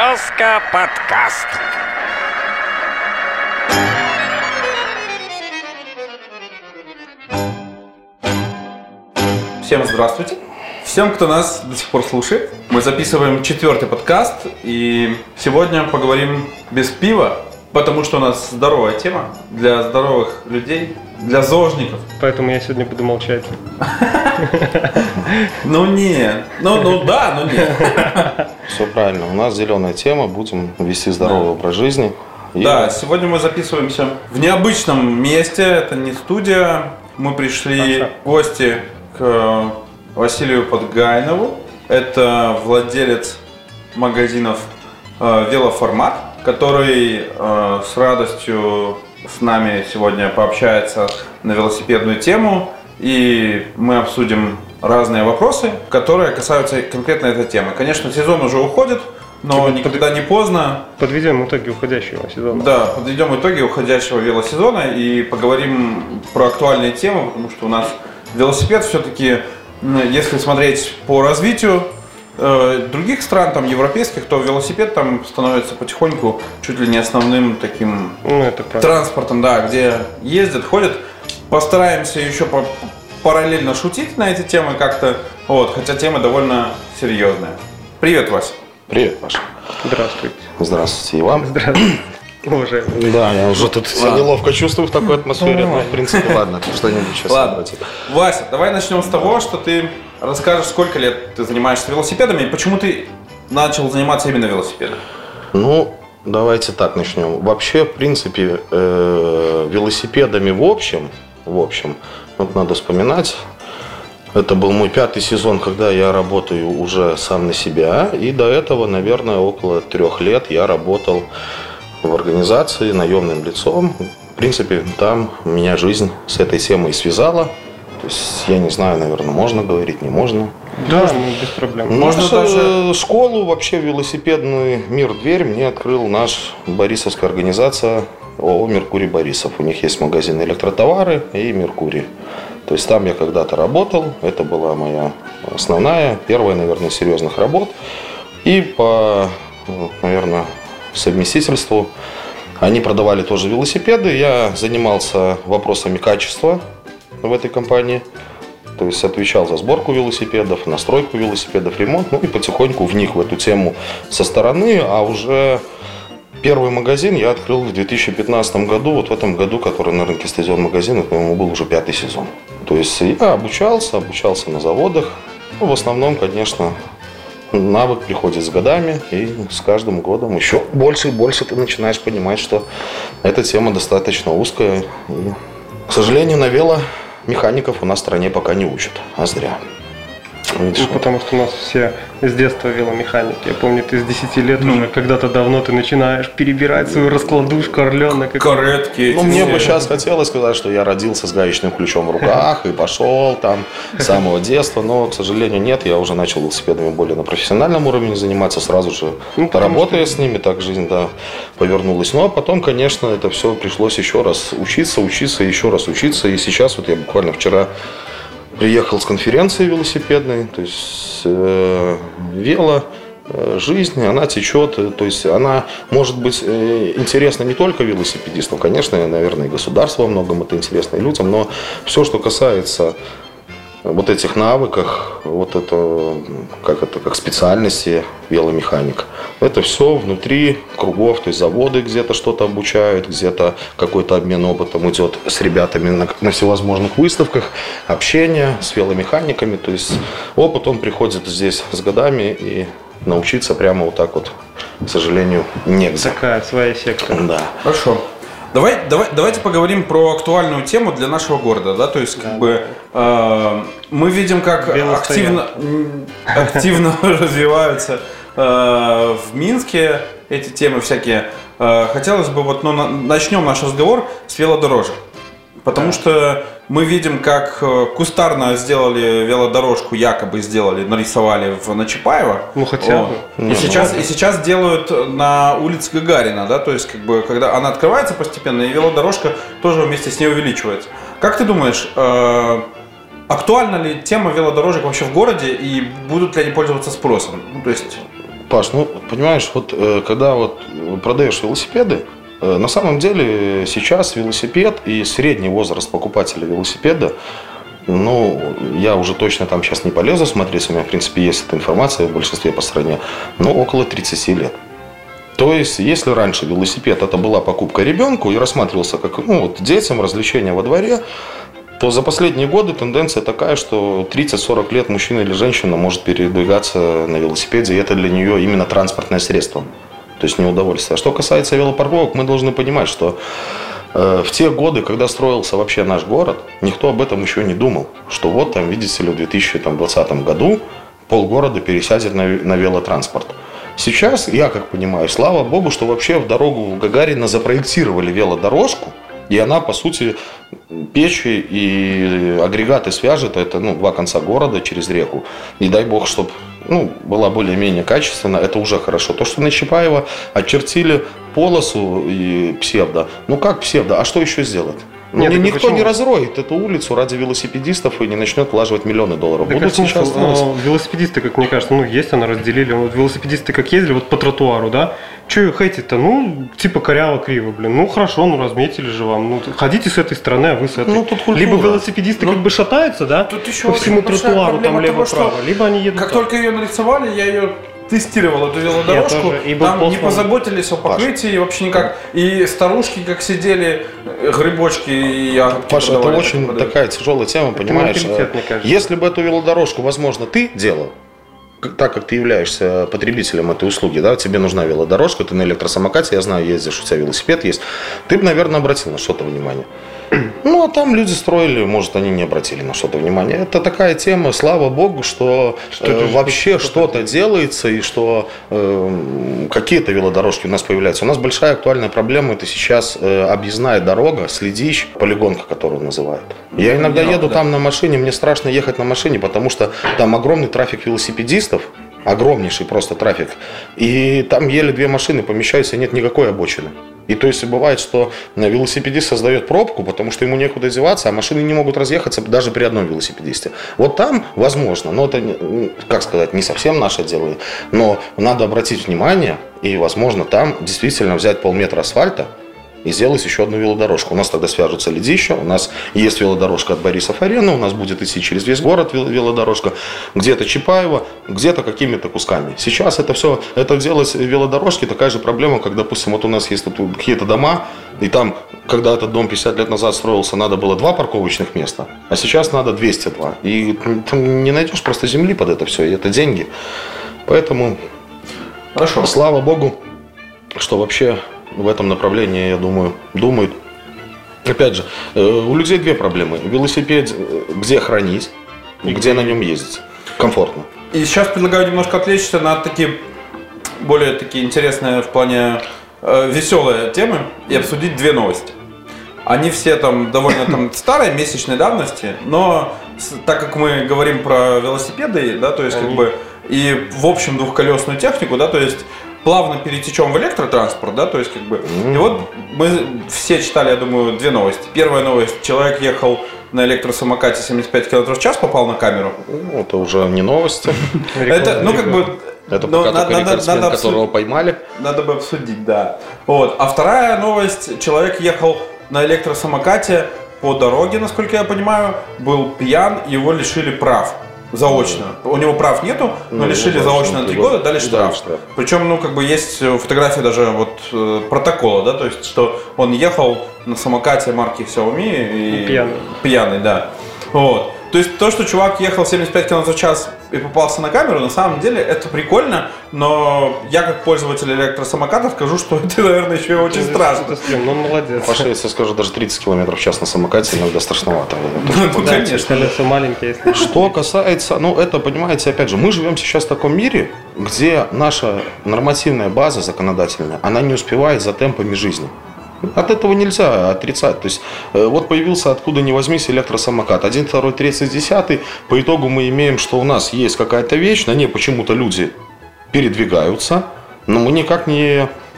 Сказка подкаст. Всем здравствуйте. Всем, кто нас до сих пор слушает. Мы записываем 4-й подкаст, и сегодня поговорим без пива, потому что у нас здоровая тема для здоровых людей, для зожников. Поэтому я сегодня буду молчать. Ну нет. Ну да, но нет. Все правильно. У нас зеленая тема. Будем вести здоровый образ жизни. Да, сегодня мы записываемся в необычном месте. Это не студия. Мы пришли в гости к Василию Подгайнову. Это владелец магазинов «Велоформат», который с радостью с нами сегодня пообщается на велосипедную тему. И мы обсудим разные вопросы, которые касаются конкретно этой темы. Конечно, сезон уже уходит, но никогда не поздно. Подведем итоги уходящего сезона. Да, подведем итоги уходящего велосезона и поговорим про актуальные темы, потому что у нас велосипед все-таки, если смотреть по развитию других стран, там, европейских, то велосипед там становится потихоньку чуть ли не основным таким транспортом, да, где ездят, ходят. Постараемся еще параллельно шутить на эти темы как-то, хотя темы довольно серьезные. Привет, Вася. Привет, Паша. Здравствуйте. Здравствуйте и вам. Здравствуйте. Уважаемый. Да, я уже тут себя неловко чувствую в такой атмосфере, но в принципе, ладно, что-нибудь сейчас. Ладно. Вася, давай начнем с того, что ты расскажешь, сколько лет ты занимаешься велосипедами и почему ты начал заниматься именно велосипедом. Ну, давайте так начнем. Вообще, в принципе, велосипедами в общем, вот надо вспоминать. Это был мой 5-й сезон, когда я работаю уже сам на себя. И до этого, наверное, около 3 лет я работал в организации наемным лицом. В принципе, там меня жизнь с этой темой связала. То есть, я не знаю, наверное, можно говорить, не можно. Да, без проблем. Можно даже школу, вообще велосипедный мир дверь мне открыл наш борисовская организация ООО «Меркурий Борисов». У них есть магазин электротовары и «Меркурий». То есть там я когда-то работал, это была моя основная, первая, наверное, серьезных работ. И по, наверное, совместительству они продавали тоже велосипеды. Я занимался вопросами качества в этой компании. То есть отвечал за сборку велосипедов, настройку велосипедов, ремонт. Ну и потихоньку вник в эту тему со стороны. А уже первый магазин я открыл в 2015 году. Вот в этом году, который на рынке стадион магазин, это, по-моему, был уже 5-й сезон. То есть я обучался на заводах. Ну, в основном, конечно, навык приходит с годами. И с каждым годом еще больше и больше ты начинаешь понимать, что эта тема достаточно узкая. И, к сожалению, на веломехаников у нас в стране пока не учат, а зря. Ну, потому что у нас все с детства веломеханики. Я помню, ты с 10 лет уже когда-то давно ты начинаешь перебирать свою раскладушку, орленок. Каретки. Ну, мне бы сейчас хотелось сказать, что я родился с гаечным ключом в руках и пошел там с самого детства, но, к сожалению, нет. Я уже начал велосипедами более на профессиональном уровне заниматься, сразу же работая с ними, так жизнь, повернулась. Ну, а потом, конечно, это все пришлось еще раз учиться и еще раз учиться. И сейчас вот я буквально вчера приехал с конференции велосипедной, то есть жизнь, она течет, то есть она может быть интересна не только велосипедистам, конечно, наверное, и государству во многом это интересно, и людям, но все, что касается вот этих навыков, вот это как специальности веломеханик, это все внутри кругов, то есть заводы где-то что-то обучают, где-то какой-то обмен опытом идет с ребятами на всевозможных выставках, общение с веломеханиками, то есть опыт он приходит здесь с годами, и научиться прямо вот так вот, к сожалению, негде. Такая своя секта. Да. Хорошо. Давайте поговорим про актуальную тему для нашего города, да, то есть мы видим, как активно развиваются в Минске эти темы всякие. Хотелось бы начнем наш разговор с велодорожек. Потому что мы видим, как кустарно сделали велодорожку, якобы нарисовали на Чапаева. Ну хотя бы. И сейчас делают на улице Гагарина, да, то есть когда она открывается постепенно, и велодорожка тоже вместе с ней увеличивается. Как ты думаешь, актуальна ли тема велодорожек вообще в городе и будут ли они пользоваться спросом? Ну, то есть Паш, ну, понимаешь, вот когда вот продаешь велосипеды, на самом деле сейчас велосипед и средний возраст покупателя велосипеда, ну, я уже точно там сейчас не полезу смотреть, у меня, в принципе, есть эта информация в большинстве по стране, но около 30 лет. То есть, если раньше велосипед это была покупка ребенку и рассматривался как, ну, вот детям, развлечения во дворе, то за последние годы тенденция такая, что 30-40 лет мужчина или женщина может передвигаться на велосипеде, и это для нее именно транспортное средство, то есть не удовольствие. А что касается велопарковок, мы должны понимать, что в те годы, когда строился вообще наш город, никто об этом еще не думал, что вот там, видите ли, в 2020 году полгорода пересядет на велотранспорт. Сейчас, я как понимаю, слава богу, что вообще в дорогу Гагарина запроектировали велодорожку, и она, по сути, печи и агрегаты свяжет, это, ну, два конца города через реку. И дай бог, чтобы, ну, была более-менее качественно, это уже хорошо. То, что на Чапаева очертили полосу и псевдо, ну как псевдо, а что еще сделать? Нет, никто почему? Не разроет эту улицу ради велосипедистов и не начнет влаживать миллионы долларов. Будут сейчас велосипедисты, как мне кажется, ну есть, она разделили. Вот велосипедисты как ездили вот по тротуару, да? Че их хейтить-то? Ну, типа коряво, криво, блин. Ну хорошо, ну разметили же вам. Ну, ходите с этой стороны, а вы с этой. Ну, тут либо велосипедисты как бы шатаются, да? Тут еще по всему тротуару, там лево-право, либо они едут. Как только ее нарисовали, я ее тестировал, эту велодорожку, там не позаботились о покрытии, и вообще никак. И старушки как сидели, грибочки и ягодки. Паша, это очень такая тяжелая тема, понимаешь? Если бы эту велодорожку, возможно, ты делал, так как ты являешься потребителем этой услуги, да, тебе нужна велодорожка, ты на электросамокате, я знаю, ездишь, у тебя велосипед есть, ты бы, наверное, обратил на что-то внимание. Ну, а там люди строили, может, они не обратили на что-то внимание. Это такая тема, слава богу, что вообще что-то делается, и что какие-то велодорожки у нас появляются. У нас большая актуальная проблема, это сейчас объездная дорога, Следищ, полигонка, которую называют. Я иногда еду там на машине, мне страшно ехать на машине, потому что там огромный трафик велосипедистов, огромнейший просто трафик, и там еле две машины помещаются, нет никакой обочины. И то есть бывает, что велосипедист создает пробку, потому что ему некуда деваться, а машины не могут разъехаться даже при одном велосипедисте. Вот там возможно, но это, как сказать, не совсем наше дело, но надо обратить внимание, и возможно там действительно взять полметра асфальта и сделать еще одну велодорожку. У нас тогда свяжутся Ледища, у нас есть велодорожка от Борисов-Арены, у нас будет идти через весь город велодорожка, где-то Чапаева, где-то какими-то кусками. Сейчас это все, это делать велодорожки такая же проблема, как, допустим, вот у нас есть тут какие-то дома, и там, когда этот дом 50 лет назад строился, надо было 2 парковочных места, а сейчас надо 202. И там не найдешь просто земли под это все, и это деньги. Поэтому, хорошо, слава богу, что вообще в этом направлении, я думаю, думают. Опять же, у людей две проблемы. Велосипед где хранить, где на нем ездить. Комфортно. И сейчас предлагаю немножко отвлечься на такие более такие интересные в плане веселые темы и обсудить две новости. Они все там довольно там старые, месячной давности, но так как мы говорим про велосипеды, да, то есть как бы и в общем двухколесную технику, да, то есть плавно перетечем в электротранспорт, да, то есть как бы. И вот мы все читали, я думаю, две новости. Первая новость: человек ехал на электросамокате 75 км в час, попал на камеру. Ну, это уже не новости. Это, ну как бы. Это пока только рекордсмен, которого поймали. Надо бы обсудить, да. Вот. А вторая новость: человек ехал на электросамокате по дороге, насколько я понимаю, был пьян, его лишили прав. Заочно. У него прав нету, но лишили заочно на 3 года, дали штраф. Причем, ну, как бы есть фотографии даже вот протокола, да, то есть, что он ехал на самокате марки Xiaomi и пьяный, да. Вот. То есть то, что чувак ехал 75 км в час и попался на камеру, на самом деле это прикольно, но я как пользователь электросамоката скажу, что это, наверное, еще и очень страшно. Ну, молодец. Паша, если скажу, даже 30 км в час на самокате иногда страшновато. Ну, конечно. Колеса маленькие, если... Что касается, ну, это, понимаете, опять же, мы живем сейчас в таком мире, где наша нормативная база законодательная, она не успевает за темпами жизни. От этого нельзя отрицать. То есть, вот появился откуда ни возьмись электросамокат. 1, 2, 3, 10. По итогу мы имеем, что у нас есть какая-то вещь, на ней почему-то люди передвигаются, но мы никак не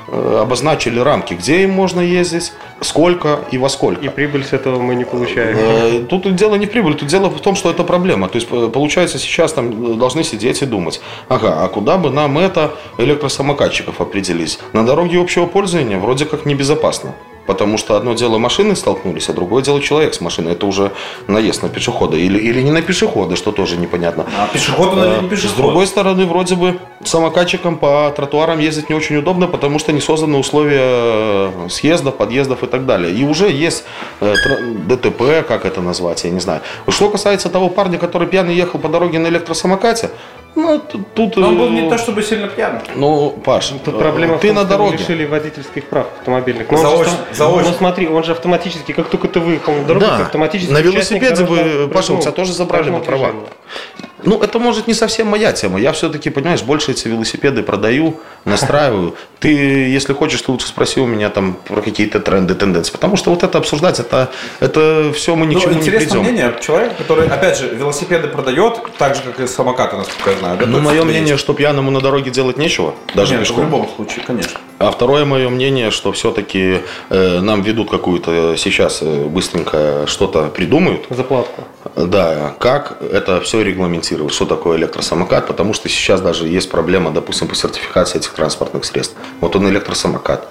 обозначили рамки, где им можно ездить, сколько и во сколько. И прибыль с этого мы не получаем. Тут дело не в прибыли, тут дело в том, что это проблема. То есть, получается, сейчас там должны сидеть и думать, ага, а куда бы нам это электросамокатчиков определить? На дороге общего пользования вроде как небезопасно. Потому что одно дело машины столкнулись, а другое дело человек с машиной. Это уже наезд на пешехода. Или не на пешехода, что тоже непонятно. А пешеход он или не пешеход? С другой стороны, вроде бы самокатчикам по тротуарам ездить не очень удобно, потому что не созданы условия съездов, подъездов и так далее. И уже есть ДТП, как это назвать, я не знаю. Что касается того парня, который пьяный ехал по дороге на электросамокате, тут... Он был не то чтобы сильно пьяный. Ну, Паш, тут проблема ты в том, на что дороге. лишили водительских прав автомобильных. Заочно. Ну смотри, он же автоматически, как только ты выехал на дорогу, ты автоматически... На велосипеде бы, Паша, у тебя тоже забрали бы права. Ну, это, может, не совсем моя тема. Я все-таки, понимаешь, больше эти велосипеды продаю, настраиваю. Ты, если хочешь, ты лучше спроси у меня там про какие-то тренды, тенденции. Потому что вот это обсуждать, это все мы ни к чему не придем. Интересное мнение человека, который, опять же, велосипеды продает, так же, как и самокаты, насколько я знаю. Да? Ну, мое мнение, что пьяному на дороге делать нечего, даже Нет, пешком. в любом случае, конечно. А второе мое мнение, что все-таки нам ведут какую-то сейчас быстренько что-то придумают. Заплатку. Да, как это все регламентировать, что такое электросамокат, потому что сейчас даже есть проблема, допустим, по сертификации этих транспортных средств. Вот он электросамокат.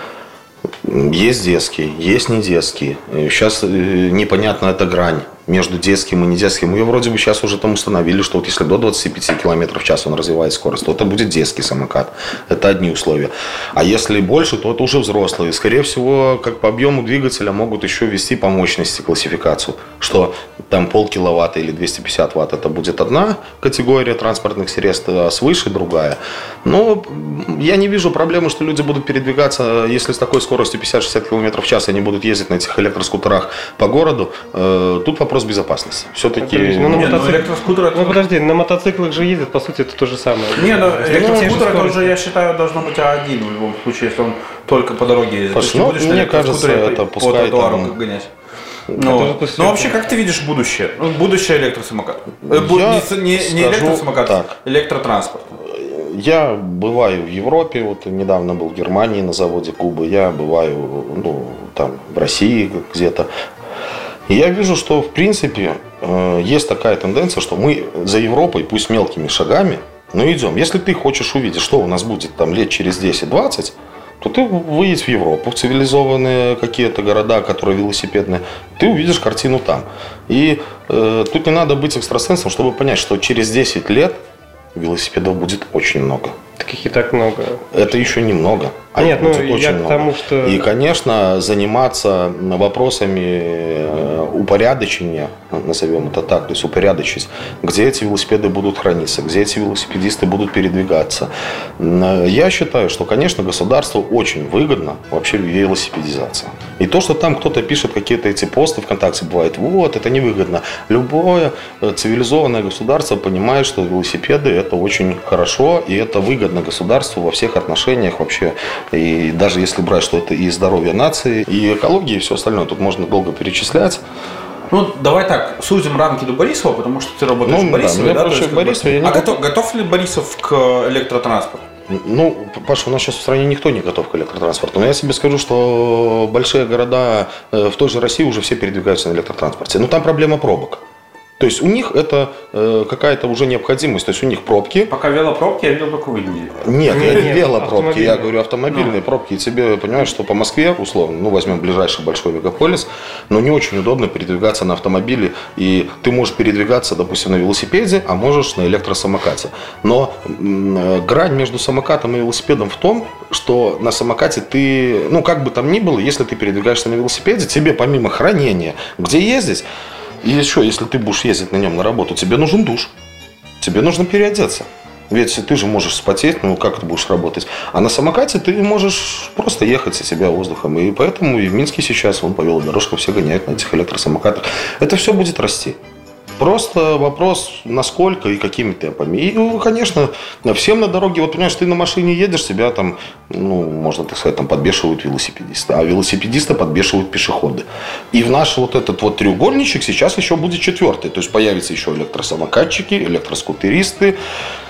Есть детский, есть не детский. Сейчас непонятна эта грань между детским и не детским. Ее вроде бы сейчас уже там установили, что вот если до 25 км в час он развивает скорость, то это будет детский самокат. Это одни условия. А если больше, то это уже взрослые. Скорее всего, как по объему двигателя могут еще ввести по мощности классификацию, что там полкиловатта или 250 ватт это будет одна категория транспортных средств, а свыше другая. Но я не вижу проблемы, что люди будут передвигаться, если с такой скоростью 50-60 км в час они будут ездить на этих электроскутерах по городу. Тут вопрос безопасности. Все-таки... Подожди, на мотоциклах же ездят, по сути, это то же самое. Не, электроскутер, это уже, я считаю, должно быть один в любом случае, если он только по дороге ездит. Паш, мне кажется, это пускай по тротуару там... гонять. Но вообще, как ты видишь будущее? Будущее электросамокат. Не электросамокат, а электротранспорт. Я бываю в Европе, вот недавно был в Германии на заводе Кубы, я бываю там в России где-то. И я вижу, что в принципе есть такая тенденция, что мы за Европой, пусть мелкими шагами, но идем. Если ты хочешь увидеть, что у нас будет там лет через 10-20, то ты выедешь в Европу, в цивилизованные какие-то города, которые велосипедные, ты увидишь картину там. И тут не надо быть экстрасенсом, чтобы понять, что через 10 лет велосипедов будет очень много. Таких и так много. Это еще немного. А нет, я к тому, что... И, конечно, заниматься вопросами упорядочения, назовем это так, то есть упорядочить, где эти велосипеды будут храниться, где эти велосипедисты будут передвигаться. Я считаю, что, конечно, государству очень выгодно вообще велосипедизация. И то, что там кто-то пишет какие-то эти посты ВКонтакте, бывает, вот, это невыгодно. Любое цивилизованное государство понимает, что велосипеды это очень хорошо, и это выгодно государству во всех отношениях вообще. И даже если брать, что это и здоровье нации, и экология, и все остальное, тут можно долго перечислять. Ну, давай так, сузим рамки до Борисова, потому что ты работаешь в Борисове, да? В Борисове, готов ли Борисов к электротранспорту? Ну, Паша, у нас сейчас в стране никто не готов к электротранспорту. Но я себе скажу, что большие города в той же России уже все передвигаются на электротранспорте. Но там проблема пробок. То есть у них это какая-то уже необходимость, то есть у них пробки. Пока велопробки, я видел только в Индии. Нет, не велопробки, я говорю автомобильные пробки. И тебе, понимаешь, что по Москве, условно, возьмем ближайший большой мегаполис, но не очень удобно передвигаться на автомобиле. И ты можешь передвигаться, допустим, на велосипеде, а можешь на электросамокате. Но грань между самокатом и велосипедом в том, что на самокате ты, как бы там ни было, если ты передвигаешься на велосипеде, тебе помимо хранения, где ездить, и еще, если ты будешь ездить на нем на работу, тебе нужен душ. Тебе нужно переодеться. Ведь ты же можешь вспотеть, как ты будешь работать. А на самокате ты можешь просто ехать со себя воздухом. И поэтому и в Минске сейчас по велодорожкам все гоняют на этих электросамокатах. Это все будет расти. Просто вопрос, насколько и какими темпами. И, конечно, всем на дороге, вот понимаешь, ты на машине едешь, тебя там, можно так сказать, там подбешивают велосипедисты, а велосипедисты подбешивают пешеходы. И в наш вот этот вот треугольничек сейчас еще будет четвертый. То есть появятся еще электросамокатчики, электроскутеристы,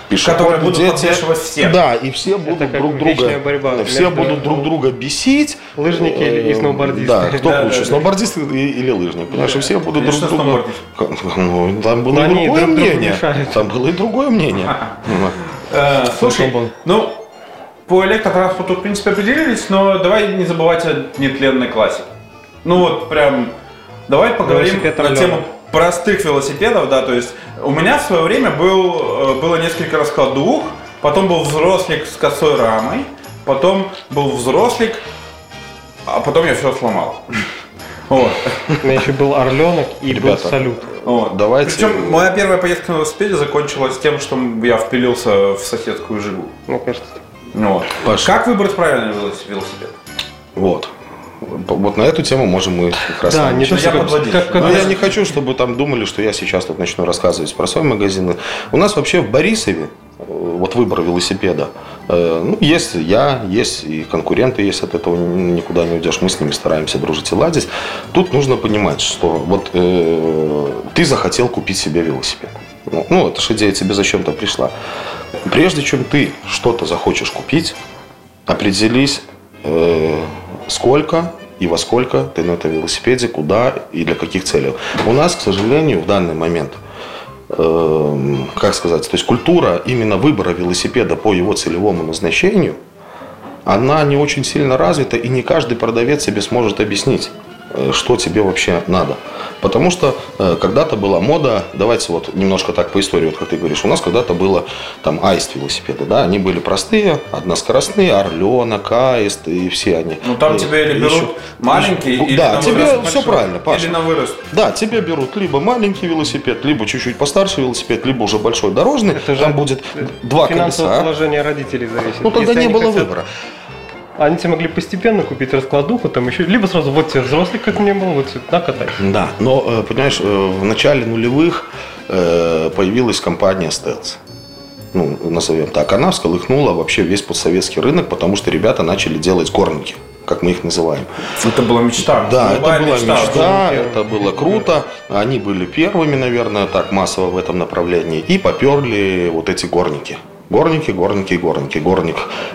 которые будут подвешивать всех. Да, и все будут друг друга, все будут друг друга бесить. Лыжники и сноубордисты. Да, кто круче, сноубордисты или лыжники? Потому что все будут друг друга. Ну, там было и другое мнение. Там было и другое мнение. Слушай, ну, по электротранспорту, в принципе, определились, но давай не забывать о нетленной классике. Ну вот прям, давай поговорим на тему простых велосипедов, да, то есть у меня в свое время было несколько раскладух, потом был взрослик с косой рамой, потом был взрослик, а потом я все сломал. Вот. У меня еще был орленок и был салют. Вот. Давайте. Причем моя первая поездка на велосипеде закончилась тем, что я впилился в соседскую Жигу. Мне кажется. Вот. Как выбрать правильный велосипед? Вот. Вот на эту тему можем мы как раз. Да, не то, что но я не хочу, чтобы там думали, что я сейчас тут начну рассказывать про свой магазин. У нас вообще в Борисове вот выбор велосипеда. Ну, есть я, есть и конкуренты есть, от этого никуда не уйдешь. Мы с ними стараемся дружить и ладить. Тут нужно понимать, что вот ты захотел купить себе велосипед. Ну, эта же идея тебе зачем-то пришла. Прежде чем ты что-то захочешь купить, определись, сколько и во сколько ты на этом велосипеде, куда и для каких целей. У нас, к сожалению, в данный момент, как сказать, то есть культура именно выбора велосипеда по его целевому назначению, она не очень сильно развита, и не каждый продавец себе сможет объяснить, что тебе вообще надо. Потому что когда-то была мода, давайте вот немножко так по истории, вот как ты говоришь, у нас когда-то было там аист велосипеды, да, они были простые, односкоростные, орленок, аист и все они. Ну там тебе или берут маленький, или да, на тебе вырост все правильно, Паша. Или на вырост. Да, тебе берут либо маленький велосипед, либо чуть-чуть постарше велосипед, либо уже большой дорожный, это там будет два колеса. Финансовое положение родителей зависит. Ну тогда не было выбора. Они тебе могли постепенно купить раскладуху, там еще, либо сразу вот тебе взрослый, как мне было, вот на катайся. Да, но, понимаешь, в начале нулевых появилась компания Stealth. Ну, назовем так. Она всколыхнула вообще весь постсоветский рынок, потому что ребята начали делать горники, как мы их называем. Это была мечта. Да, это была мечта, это было круто. Они были первыми, наверное, так массово в этом направлении. И поперли вот эти горники. Горники. Горник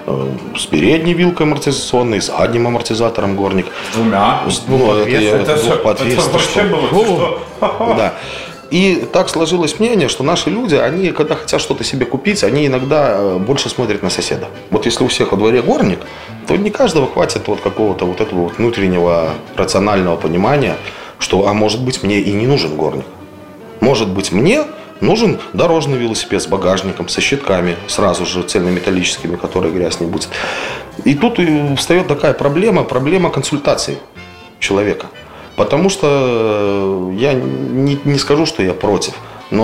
с передней вилкой амортизационной, с задним амортизатором горник. С двумя. Это вообще было. Да. И так сложилось мнение, что наши люди, они, когда хотят что-то себе купить, они иногда больше смотрят на соседа. Вот если у всех во дворе горник, то не каждого хватит вот какого-то вот этого вот внутреннего рационального понимания, что, а может быть, мне и не нужен горник. Может быть, мне нужен дорожный велосипед с багажником, со щитками, сразу же цельнометаллическими, которые грязь не будет. И тут встает такая проблема консультации человека. Потому что я не скажу, что я против,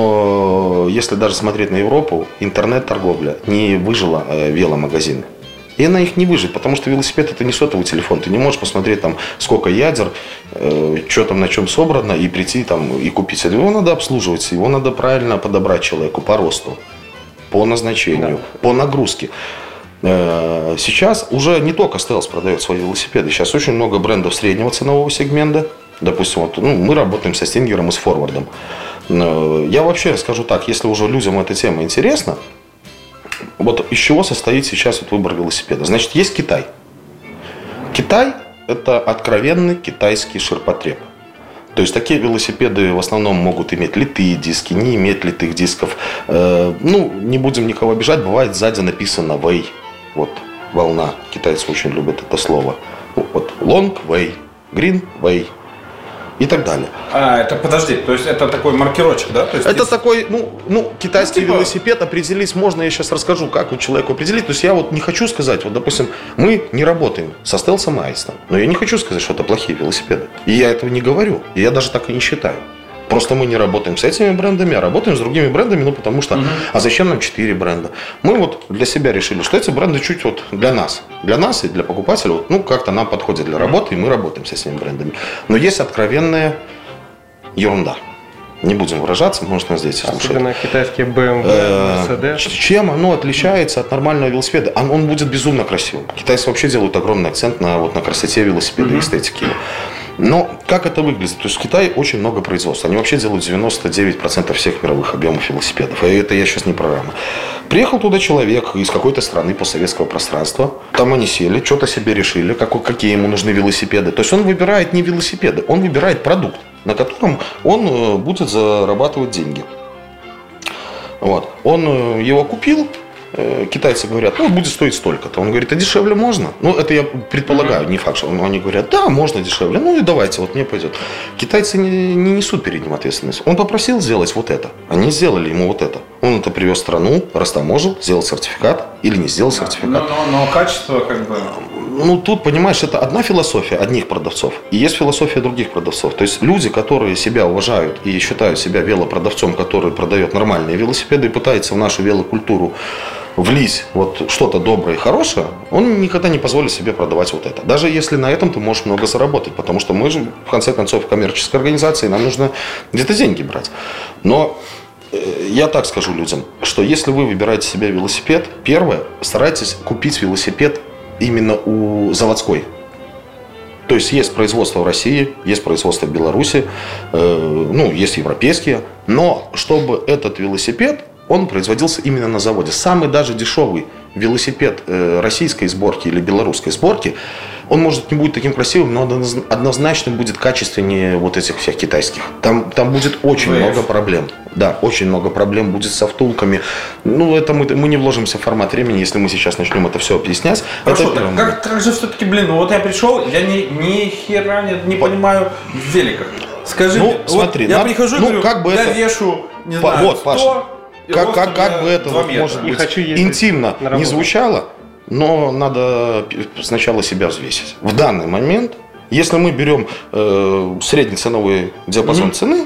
но если даже смотреть на Европу, интернет-торговля не выжила веломагазины. И она их не выживет, потому что велосипед это не сотовый телефон. Ты не можешь посмотреть там сколько ядер, что там на чем собрано, и прийти там и купить. Его надо обслуживать, его надо правильно подобрать человеку по росту, по назначению, по нагрузке. Сейчас уже не только Stealth продает свои велосипеды. Сейчас очень много брендов среднего ценового сегмента. Допустим, вот, мы работаем со Стингером и с Форвардом. Я вообще скажу так, если уже людям эта тема интересна, вот из чего состоит сейчас вот выбор велосипеда? Значит, есть Китай. Китай – это откровенный китайский ширпотреб. То есть такие велосипеды в основном могут иметь литые диски, не иметь литых дисков. Ну, не будем никого обижать, бывает сзади написано «Way». Вот волна. Китайцы очень любят это слово. Вот long way, green way и так далее. Это подожди, то есть это такой маркировочек, да? То есть это такой, китайский велосипед определить можно, я сейчас расскажу, как у человека определить. То есть я вот не хочу сказать, вот допустим, мы не работаем со Stealth и Аистом, но я не хочу сказать, что это плохие велосипеды. И я этого не говорю, и я даже так и не считаю. Просто мы не работаем с этими брендами, а работаем с другими брендами, потому что, а зачем нам 4 бренда? Мы вот для себя решили, что эти бренды чуть вот для нас и для покупателя, вот, как-то нам подходят для работы, и мы работаем с этими брендами. Но есть откровенная ерунда. Не будем выражаться, может нас здесь слушать. Особенно китайские BMW, Mercedes. Чем оно отличается от нормального велосипеда? Он будет безумно красивым. Китайцы вообще делают огромный акцент на красоте велосипеда и эстетике. Но как это выглядит? То есть в Китае очень много производства. Они вообще делают 99% всех мировых объемов велосипедов. И это я сейчас не про рамы. Приехал туда человек из какой-то страны постсоветского пространства. Там они сели, что-то себе решили, какие ему нужны велосипеды. То есть он выбирает не велосипеды, он выбирает продукт, на котором он будет зарабатывать деньги. Вот. Он его купил. Китайцы говорят, будет стоить столько-то. Он говорит, а дешевле можно? Это я предполагаю, не факт, что они говорят, да, можно дешевле. И давайте, мне пойдет. Китайцы не несут перед ним ответственность. Он попросил сделать вот это. Они сделали ему вот это. Он это привез в страну, растаможил, сделал сертификат или не сделал сертификат. Но качество как бы... Тут, понимаешь, это одна философия одних продавцов и есть философия других продавцов. То есть люди, которые себя уважают и считают себя велопродавцом, который продает нормальные велосипеды и пытается в нашу велокультуру влить что-то доброе и хорошее, он никогда не позволит себе продавать вот это. Даже если на этом ты можешь много заработать, потому что мы же, в конце концов, коммерческая организация, нам нужно где-то деньги брать. Но я так скажу людям, что если вы выбираете себе велосипед, первое, старайтесь купить велосипед именно у заводской. То есть производство в России, есть производство в Беларуси, есть европейские, но чтобы этот велосипед, он производился именно на заводе. Самый даже дешевый велосипед российской сборки или белорусской сборки, он, может, не будет таким красивым, но однозначно будет качественнее вот этих всех китайских. Там будет очень много проблем. Да, очень много проблем будет со втулками. Это мы не вложимся в формат времени, если мы сейчас начнем это все объяснять. Хорошо, как же все-таки, я пришел, я ни хера не понимаю в великах. Скажи мне, смотри, я прихожу и говорю, я вешу, не знаю, 100, Паша, как бы это может быть интимно не звучало, но надо сначала себя взвесить. В данный момент, если мы берем средний ценовой диапазон цены,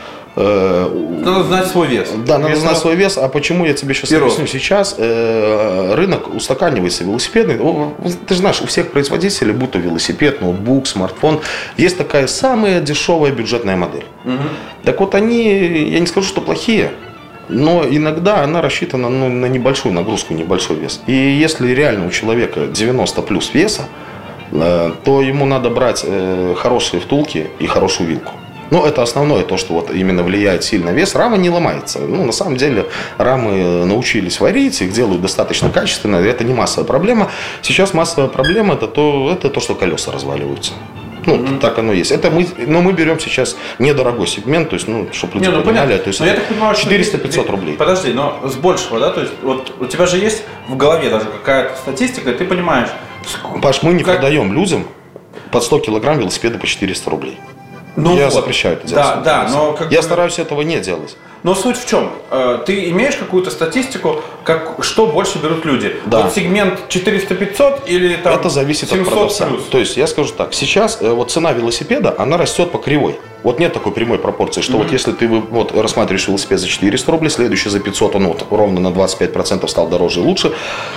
надо знать свой вес. Да, надо знать свой вес. А почему я тебе сейчас объясню? Сейчас рынок устаканивается велосипедный. Ты же знаешь, у всех производителей, будь то велосипед, ноутбук, смартфон, есть такая самая дешевая бюджетная модель. Так вот они, я не скажу, что плохие, но иногда она рассчитана на небольшую нагрузку, небольшой вес. И если реально у человека 90 плюс веса, то ему надо брать хорошие втулки и хорошую вилку. Это основное, то, что именно влияет сильно вес. Рама не ломается. На самом деле рамы научились варить, их делают достаточно качественно. Это не массовая проблема. Сейчас массовая проблема это то, что колеса разваливаются. Так оно есть. Но мы берем сейчас недорогой сегмент, то есть, чтобы люди понимали, то есть 400-500 рублей. Подожди, но с большего, да? То есть, у тебя же есть в голове даже какая-то статистика, и ты понимаешь. Паш, мы не продаем людям под 100 килограмм велосипеды по 400 рублей. Я запрещаю это делать. Но я стараюсь этого не делать. Но суть в чем? Ты имеешь какую-то статистику, что больше берут люди? Да. Сегмент 400-500 или там это зависит от продавца. Плюс? То есть я скажу так, сейчас цена велосипеда, она растет по кривой. Нет такой прямой пропорции, что если ты рассматриваешь велосипед за 400 рублей, следующий за 500, он ровно на 25% стал дороже и лучше.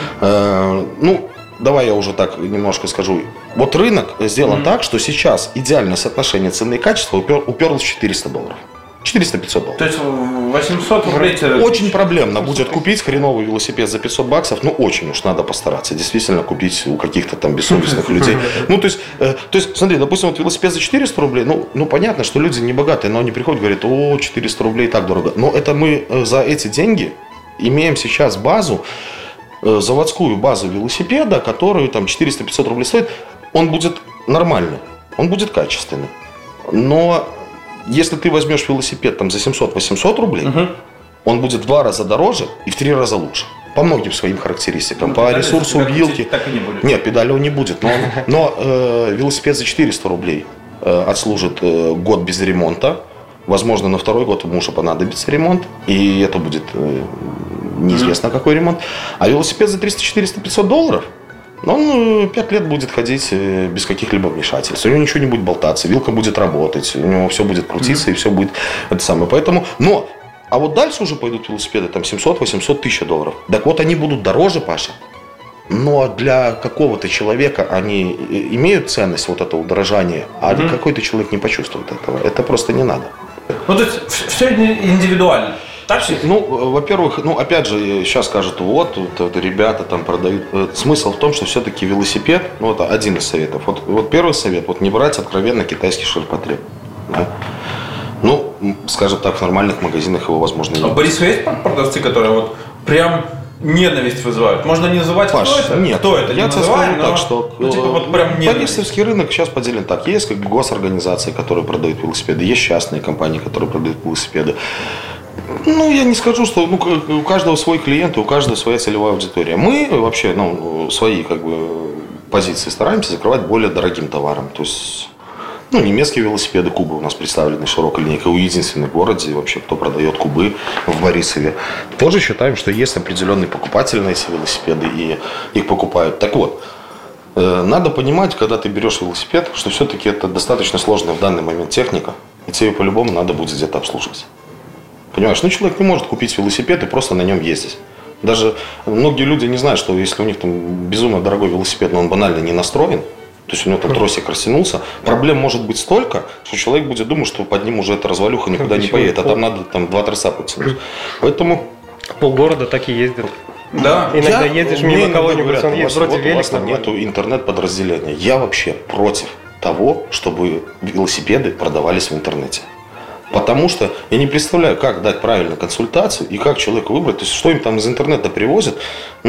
Давай я уже так немножко скажу. Рынок сделан так, что сейчас идеальное соотношение цены и качества уперлось в $400. 400-500 долларов. То есть 800 рублей. Очень проблемно будет купить хреновый велосипед за $500. Очень уж надо постараться. Действительно купить у каких-то там бессовестных людей. То есть, смотри, допустим, велосипед за 400 рублей. Понятно, что люди не богатые, но они приходят и говорят, 400 рублей так дорого. Но это мы за эти деньги имеем сейчас базу, заводскую базу велосипеда, которую там 400-500 рублей стоит, он будет нормальный, он будет качественный. Но если ты возьмешь велосипед там за 700-800 рублей, он будет в 2 раза дороже и в 3 раза лучше. По многим своим характеристикам, по ресурсу вилки. Так и не будет. Нет, педали он не будет. Но велосипед за 400 рублей отслужит год без ремонта. Возможно, на второй год ему уже понадобится ремонт, и это будет неизвестно какой ремонт. А велосипед за 300, 400, 500 долларов, он 5 лет будет ходить без каких-либо вмешательств. У него ничего не будет болтаться, вилка будет работать, у него все будет крутиться, и все будет это самое. Поэтому, а дальше уже пойдут велосипеды, там 700, 800, 1000 долларов. Так они будут дороже, Паша. Но для какого-то человека они имеют ценность этого удорожания, а какой-то человек не почувствует этого. Это просто не надо. То есть все индивидуально. Так что, во-первых, опять же, сейчас скажут, вот ребята там продают. Смысл в том, что все-таки велосипед, это один из советов. Вот первый совет, не брать откровенно китайский ширпотреб. Да? Скажем так, в нормальных магазинах его, возможно, нет. А в Борисове есть продавцы, которые прям ненависть вызывают? Можно не называть, Паш, кто это? Нет, кто это? Я тебе скажу так, что прям Борисовский рынок сейчас поделен так. Есть госорганизации, которые продают велосипеды, есть частные компании, которые продают велосипеды. Я не скажу, что у каждого свой клиент, у каждого своя целевая аудитория. Мы вообще, свои позиции стараемся закрывать более дорогим товаром. То есть, немецкие велосипеды, кубы у нас представлены широкой линейкой. У единственной в городе вообще, кто продает кубы в Борисове. Тоже считаем, что есть определенный покупатель на эти велосипеды, и их покупают. Так вот, надо понимать, когда ты берешь велосипед, что все-таки это достаточно сложная в данный момент техника, и тебе по-любому надо будет где-то обслуживать. Понимаешь, человек не может купить велосипед и просто на нем ездить. Даже многие люди не знают, что если у них там безумно дорогой велосипед, но он банально не настроен, то есть у него там тросик растянулся, проблем может быть столько, что человек будет думать, что под ним уже эта развалюха никуда не поедет, а там надо 2 троса подтянуть. Поэтому полгорода так и ездят. Да. Иногда ездишь мимо кого-нибудь, он есть вроде велик. У вас там нету интернет-подразделения. Я вообще против того, чтобы велосипеды продавались в интернете. Потому что я не представляю, как дать правильную консультацию и как человеку выбрать, то есть что им там из интернета привозят.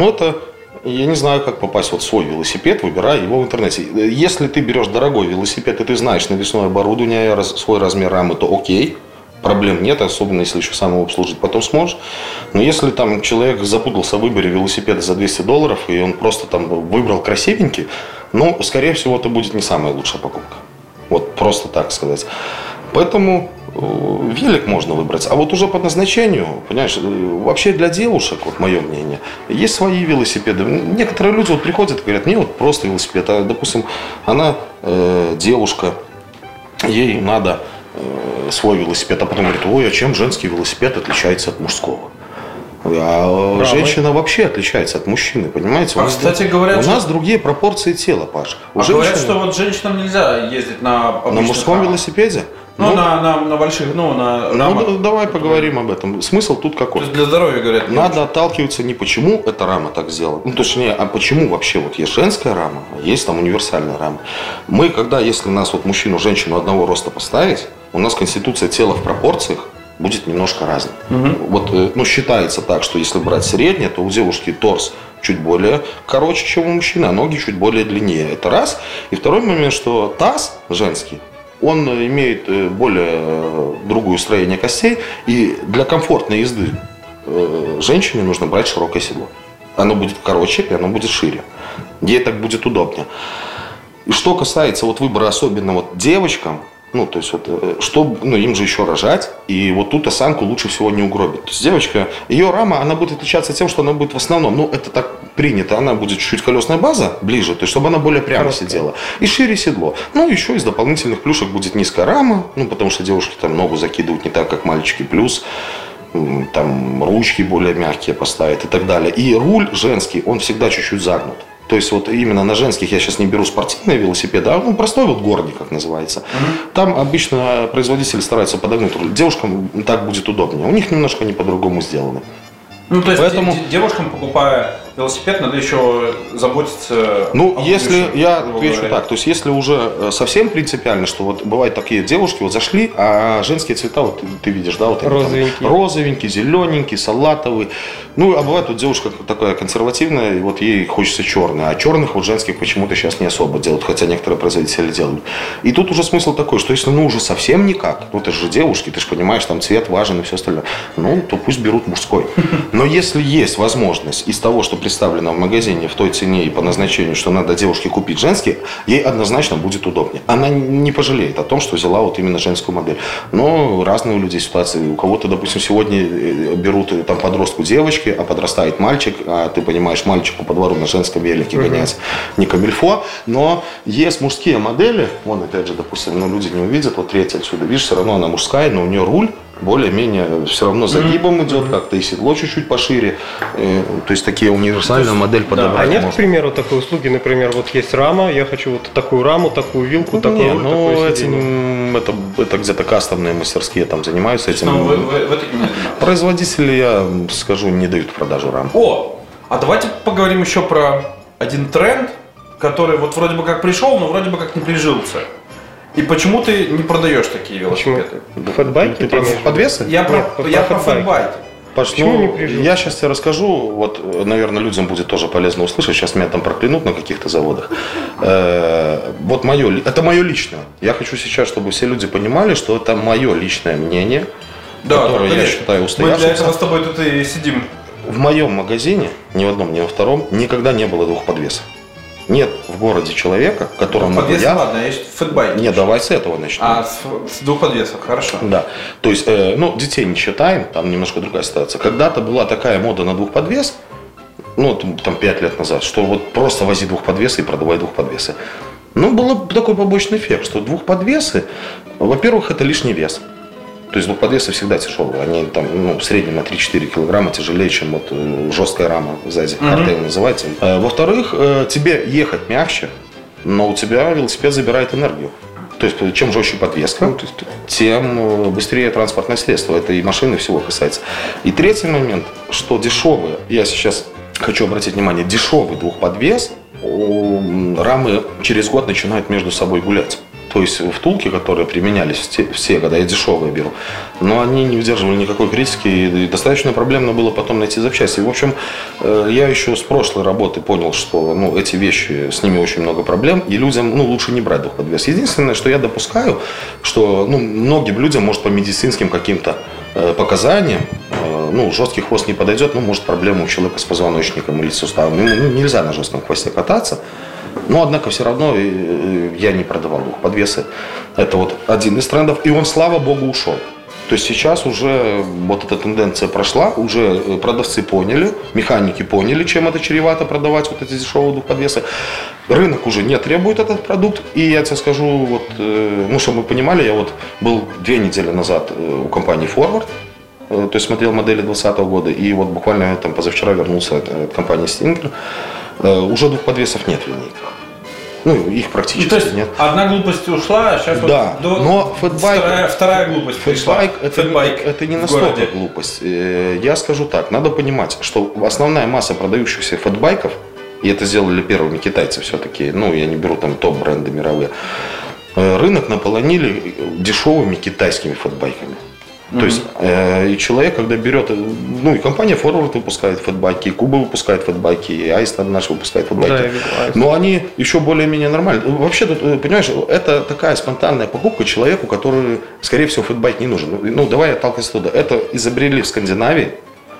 Я не знаю, как попасть в свой велосипед, выбирая его в интернете. Если ты берешь дорогой велосипед, и ты знаешь навесное оборудование, свой размер рамы, то окей. Проблем нет, особенно если еще сам его обслужить потом сможешь. Но если там человек запутался в выборе велосипеда за $200, и он просто там выбрал красивенький, скорее всего, это будет не самая лучшая покупка. Просто так сказать. Поэтому велик можно выбрать. А уже по назначению, понимаешь, вообще для девушек, мое мнение, есть свои велосипеды. Некоторые люди приходят и говорят, мне просто велосипед. А, допустим, она девушка, ей надо свой велосипед, а потом говорит, а чем женский велосипед отличается от мужского? А женщина вообще отличается от мужчины, понимаете? Кстати, говорят, у нас другие пропорции тела, Паш. Говорят, что женщинам нельзя ездить на мужском велосипеде? На больших, на рамах. Давай поговорим об этом. Смысл тут какой? То есть для здоровья, говорят. Надо отталкиваться не почему эта рама так сделана, точнее, а почему вообще есть женская рама, а есть там универсальная рама. Мы, если нас мужчину, женщину одного роста поставить, у нас конституция тела в пропорциях будет немножко разной. Угу. Считается так, что если брать среднее, то у девушки торс чуть более короче, чем у мужчины, а ноги чуть более длиннее. Это раз. И второй момент, что таз женский, он имеет более другое строение костей, и для комфортной езды женщине нужно брать широкое седло. Оно будет короче, и оно будет шире. Ей так будет удобнее. И что касается выбора особенно девочкам, им же еще рожать, и тут осанку лучше всего не угробить. То есть девочка, ее рама, она будет отличаться тем, что она будет в основном, это так принято, она будет чуть-чуть колесная база ближе, то есть чтобы она более прямо сидела, и шире седло. Еще из дополнительных плюшек будет низкая рама, потому что девушки там ногу закидывают не так, как мальчики, плюс там ручки более мягкие поставят и так далее. И руль женский, он всегда чуть-чуть загнут. То есть именно на женских я сейчас не беру спортивные велосипеды, а простой горный, как называется. Там обычно производители стараются подогнуть руль. Девушкам так будет удобнее. У них немножко они по-другому сделаны. То есть девушкам, покупая велосипед, надо еще заботиться если я отвечу так, то есть если уже совсем принципиально, что бывают такие девушки, зашли, а женские цвета, ты видишь, да, розовенький, зелененький, салатовый. А бывает девушка такая консервативная, и ей хочется черный, а черных женских почему-то сейчас не особо делают, хотя некоторые производители делают. И тут уже смысл такой, что если уже совсем никак, это же девушки, ты же понимаешь, там цвет важен и все остальное, то пусть берут мужской. Но если есть возможность из того, что представлено в магазине в той цене и по назначению, что надо девушке купить женский, ей однозначно будет удобнее. Она не пожалеет о том, что взяла именно женскую модель. Но разные у людей ситуации. У кого-то, допустим, сегодня берут подростку девочки, а подрастает мальчик, а ты понимаешь, мальчику по двору на женском велике гонять не камильфо. Но есть мужские модели, опять же, допустим, люди не увидят, третья отсюда, видишь, все равно она мужская, но у нее руль более-менее все равно загибом идет, как-то и седло чуть-чуть пошире. То есть такие универсальную модель подобрать. А нет, к примеру, такой услуги, например, есть рама, я хочу такую раму, такую вилку, такую эти это где-то кастомные мастерские там занимаются этим. Но вы таким не занимаетесь? Производители, я скажу, не дают в продажу рам. А давайте поговорим еще про один тренд, который вот вроде бы как пришел, но вроде бы как не прижился. И почему ты не продаешь такие велосипеды? Фэтбайки? Ты про подвесы? Я про фэтбайки. Паш, я сейчас тебе расскажу, вот, наверное, людям будет тоже полезно услышать, сейчас меня там проклянут на каких-то заводах. Вот это мое личное. Я хочу сейчас, чтобы все люди понимали, что это мое личное мнение, которое я считаю устоявшимся. Мы для этого с тобой тут и сидим. В моем магазине, ни в одном, ни во втором, никогда не было двух подвесов. Нет в городе человека, которому подвес, ладно, есть фэтбайки. Нет, давай с этого начнем. С двух подвесов, хорошо. Да, то есть, детей не считаем, там немножко другая ситуация. Когда-то была такая мода на двухподвес, там 5 лет назад, что вот просто вози двухподвесы и продавай двухподвесы. Был такой побочный эффект, что двухподвесы, во-первых, это лишний вес. То есть двухподвесы всегда тяжелые, они там, в среднем на 3-4 килограмма тяжелее, чем вот жесткая рама сзади, картель называется. Во-вторых, тебе ехать мягче, но у тебя велосипед забирает энергию. То есть чем жестче подвеска, тем быстрее транспортное средство. Это и машины, всего касается. И третий момент, что дешевые, я сейчас хочу обратить внимание, дешевый двухподвес, рамы через год начинают между собой гулять. То есть втулки, которые применялись все, когда я дешевые беру, но они не выдерживали никакой критики, и достаточно проблемно было потом найти запчасти. В общем, я еще с прошлой работы понял, что эти вещи, с ними очень много проблем, и людям лучше не брать двухподвес. Единственное, что я допускаю, что многим людям, может, по медицинским каким-то показаниям, жесткий хвост не подойдет, может, проблема у человека с позвоночником или суставом. Нельзя на жестком хвосте кататься. Но, однако, все равно я не продавал двухподвесы. Это вот один из трендов, и он, слава богу, ушел. То есть сейчас уже вот эта тенденция прошла, уже продавцы поняли, механики поняли, чем это чревато продавать вот эти дешевые двухподвесы. Рынок уже не требует этот продукт. И я тебе скажу, чтобы вы понимали, я был 2 недели назад у компании Forward, то есть смотрел модели 2020 года, и буквально позавчера вернулся от компании Stinger. Уже двухподвесов нет в линейках. Их практически нет. Одна глупость ушла, а сейчас но фэтбайк, вторая глупость пришла. Это не настолько глупость. Я скажу так, надо понимать, что основная масса продающихся фэтбайков, и это сделали первыми китайцы все-таки, я не беру топ-бренды мировые, рынок наполонили дешевыми китайскими фэтбайками. То есть, и человек, когда берет, и компания Forward выпускает фэтбайки, и Куба выпускает фэтбайки, и Аист наш выпускает фэтбайки. Но они еще более-менее нормальные. Вообще, тут, понимаешь, это такая спонтанная покупка человеку, который, скорее всего, фэтбайк не нужен. Давай отталкиваться туда. Это изобрели в Скандинавии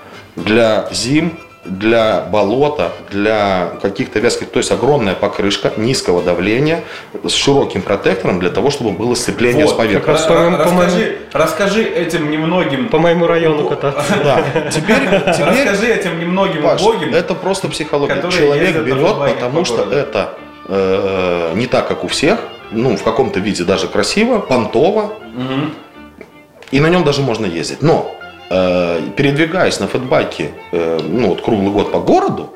для зим, для болота, для каких-то вязких, то есть огромная покрышка низкого давления с широким протектором для того, чтобы было сцепление с поверхностью. Расскажи этим немногим. По моему району кататься. Да. Теперь расскажи этим немногим убогим. Это просто психология. Человек берет, потому что это не так, как у всех, в каком-то виде даже красиво, понтово, и на нем даже можно ездить. Но передвигаясь на фэтбайке круглый год по городу,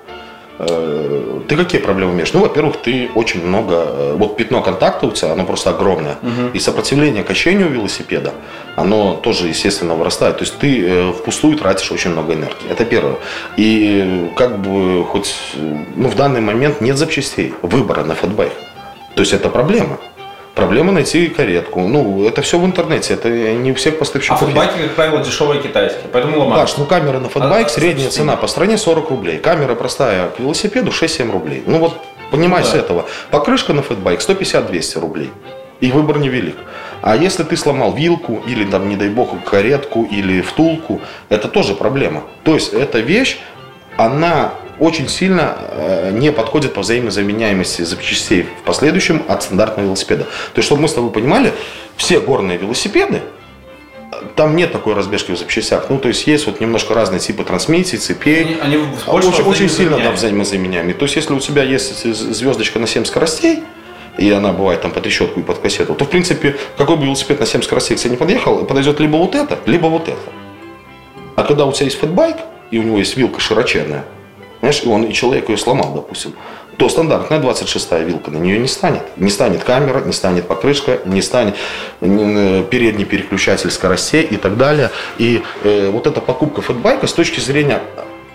ты какие проблемы имеешь? Во-первых, ты очень много... пятно контакта у тебя, оно просто огромное. И сопротивление качению велосипеда, оно тоже, естественно, вырастает. То есть ты впустую тратишь очень много энергии. Это первое. И хоть в данный момент нет запчастей, выбора на фэтбайк. То есть это проблема. Проблема найти каретку. Это все в интернете, это не у всех поставщиков. А фэтбайки, как правило, дешевые китайские, поэтому ломаются. Паш, камера на фэтбайк, средняя цена по стране 40 рублей. Камера простая к велосипеду 6-7 рублей. Понимай с этого. Покрышка на фэтбайк 150-200 рублей. И выбор невелик. А если ты сломал вилку, или не дай бог, каретку, или втулку, это тоже проблема. То есть эта вещь, она очень сильно не подходит по взаимозаменяемости запчастей в последующем от стандартного велосипеда. То есть, чтобы мы с тобой понимали, все горные велосипеды, там нет такой разбежки в запчастях. То есть немножко разные типы трансмиссий, цепей. Они очень сильно взаимозаменяемые. То есть, если у тебя есть звездочка на 7 скоростей, и она бывает по трещотку и под кассету, то, в принципе, какой бы велосипед на 7 скоростей к тебе не подъехал, подойдет либо вот это, либо вот это. А когда у тебя есть фэтбайк, и у него есть вилка широченная, и человек ее сломал, допустим, то стандартная 26-я вилка на нее не станет. Не станет камера, не станет покрышка, не станет передний переключатель скоростей и так далее. И вот эта покупка фэтбайка с точки зрения,